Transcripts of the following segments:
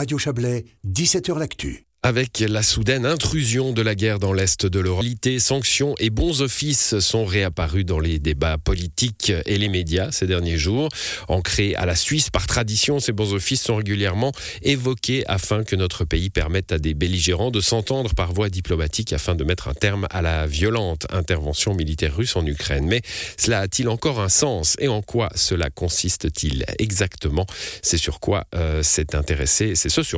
Radio Chablais, 17h l'actu. Avec la soudaine intrusion de la guerre dans l'Est de l'Europe, sanctions et bons offices sont réapparus dans les débats politiques et les médias ces derniers jours. Ancrés à la Suisse par tradition, ces bons offices sont régulièrement évoqués afin que notre pays permette à des belligérants de s'entendre par voie diplomatique afin de mettre un terme à la violente intervention militaire russe en Ukraine. Mais cela a-t-il encore un sens et en quoi cela consiste-t-il exactement? C'est ce sur quoi s'est intéressé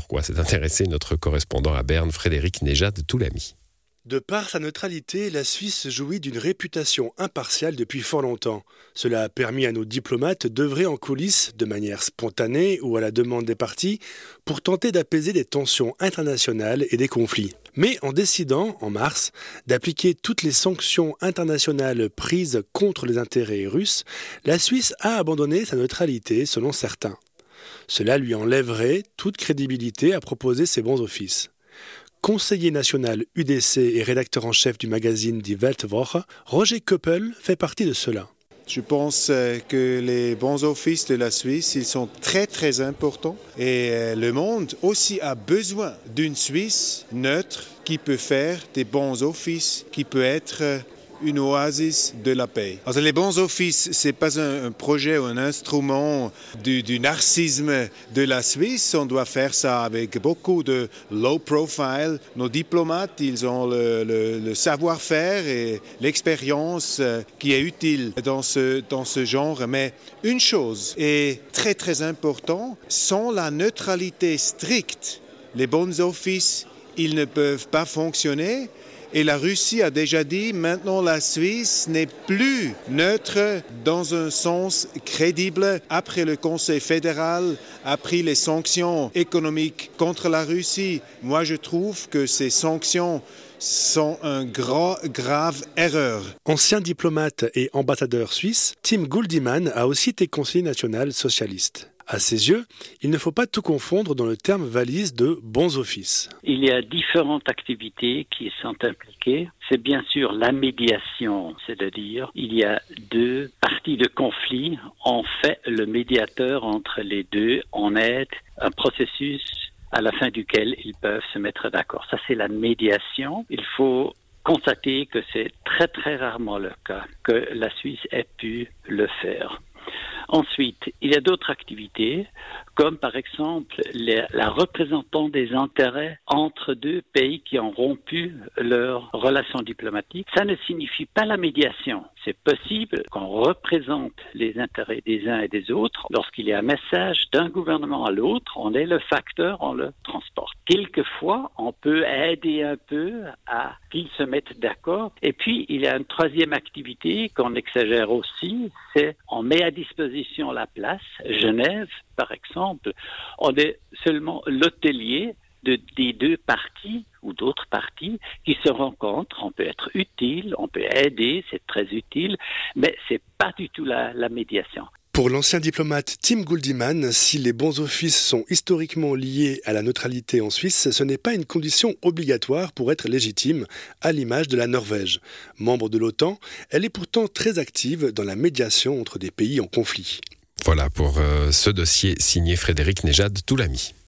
notre correspondant à Berne, Frédéric Nejad-Toulami. De par sa neutralité, la Suisse jouit d'une réputation impartiale depuis fort longtemps. Cela a permis à nos diplomates d'œuvrer en coulisses, de manière spontanée ou à la demande des parties, pour tenter d'apaiser des tensions internationales et des conflits. Mais en décidant, en mars, d'appliquer toutes les sanctions internationales prises contre les intérêts russes, la Suisse a abandonné sa neutralité selon certains. Cela lui enlèverait toute crédibilité à proposer ses bons offices. Conseiller national UDC et rédacteur en chef du magazine Die Weltwoche, Roger Köppel fait partie de cela. Je pense que les bons offices de la Suisse, ils sont très très importants et le monde aussi a besoin d'une Suisse neutre qui peut faire des bons offices, qui peut être une oasis de la paix. Alors, les bons offices, ce n'est pas un projet ou un instrument du narcissisme de la Suisse. On doit faire ça avec beaucoup de low profile. Nos diplomates, ils ont le savoir-faire et l'expérience qui est utile dans ce genre. Mais une chose est très très importante, sans la neutralité stricte, les bons offices, ils ne peuvent pas fonctionner. Et la Russie a déjà dit, maintenant la Suisse n'est plus neutre dans un sens crédible. Après le Conseil fédéral a pris les sanctions économiques contre la Russie. Moi, je trouve que ces sanctions sont une grave erreur. Ancien diplomate et ambassadeur suisse, Tim Guldimann a aussi été conseiller national socialiste. À ses yeux, il ne faut pas tout confondre dans le terme valise de bons offices. Il y a différentes activités qui sont impliquées. C'est bien sûr la médiation, c'est-à-dire il y a deux parties de conflit. On fait le médiateur entre les deux. On aide un processus à la fin duquel ils peuvent se mettre d'accord. Ça, c'est la médiation. Il faut constater que c'est très très rarement le cas que la Suisse ait pu le faire. Ensuite, il y a d'autres activités, comme par exemple la représentation des intérêts entre deux pays qui ont rompu leurs relations diplomatiques. Ça ne signifie pas la médiation. C'est possible qu'on représente les intérêts des uns et des autres. Lorsqu'il y a un message d'un gouvernement à l'autre, on est le facteur, on le transporte. Quelquefois, on peut aider un peu à qu'ils se mettent d'accord. Et puis, il y a une troisième activité qu'on exagère aussi, c'est on met à disposition la place, Genève par exemple, on est seulement l'hôtelier des deux parties ou d'autres parties qui se rencontrent. On peut être utile, on peut aider, c'est très utile, mais c'est pas du tout la médiation. Pour l'ancien diplomate Tim Guldimann, si les bons offices sont historiquement liés à la neutralité en Suisse, ce n'est pas une condition obligatoire pour être légitime, à l'image de la Norvège. Membre de l'OTAN, elle est pourtant très active dans la médiation entre des pays en conflit. Voilà pour ce dossier signé Frédéric Nejad-Toulami.